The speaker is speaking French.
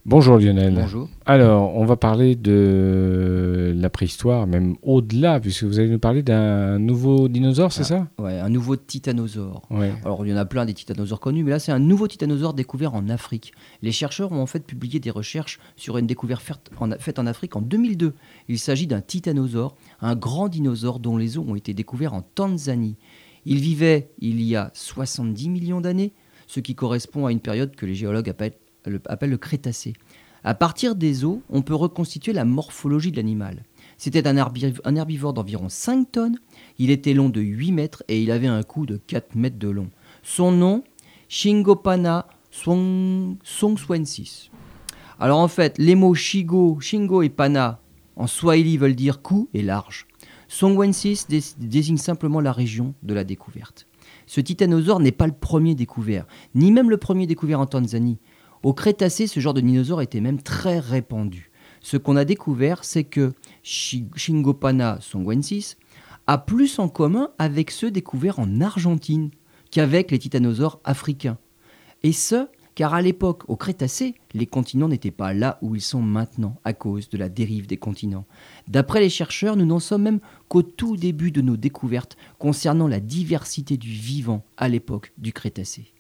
Bonjour Lionel. Bonjour. Alors, on va parler de la préhistoire, même au-delà, puisque vous allez nous parler d'un nouveau dinosaure, c'est ça? Ouais, un nouveau titanosaure. Ouais. Alors, il y en a plein des titanosaures connus, mais là, c'est un nouveau titanosaure découvert en Afrique. Les chercheurs ont en fait publié des recherches sur une découverte faite en Afrique en 2002. Il s'agit d'un titanosaure, un grand dinosaure dont les os ont été découverts en Tanzanie. Il vivait il y a 70 millions d'années, ce qui correspond à une période que les géologues appellent le Crétacé. À partir des os, on peut reconstituer la morphologie de l'animal. C'était un herbivore d'environ 5 tonnes, il était long de 8 mètres et il avait un cou de 4 mètres de long. Son nom, Shingopana songwensis. Alors en fait, les mots Shingo et Pana en swahili veulent dire cou et large. Songwensis désigne simplement la région de la découverte. Ce titanosaure n'est pas le premier découvert, ni même le premier découvert en Tanzanie. Au Crétacé, ce genre de dinosaure était même très répandu. Ce qu'on a découvert, c'est que Shingopana songwensis a plus en commun avec ceux découverts en Argentine qu'avec les titanosaures africains. Et ce, car à l'époque, au Crétacé, les continents n'étaient pas là où ils sont maintenant, à cause de la dérive des continents. D'après les chercheurs, nous n'en sommes même qu'au tout début de nos découvertes concernant la diversité du vivant à l'époque du Crétacé.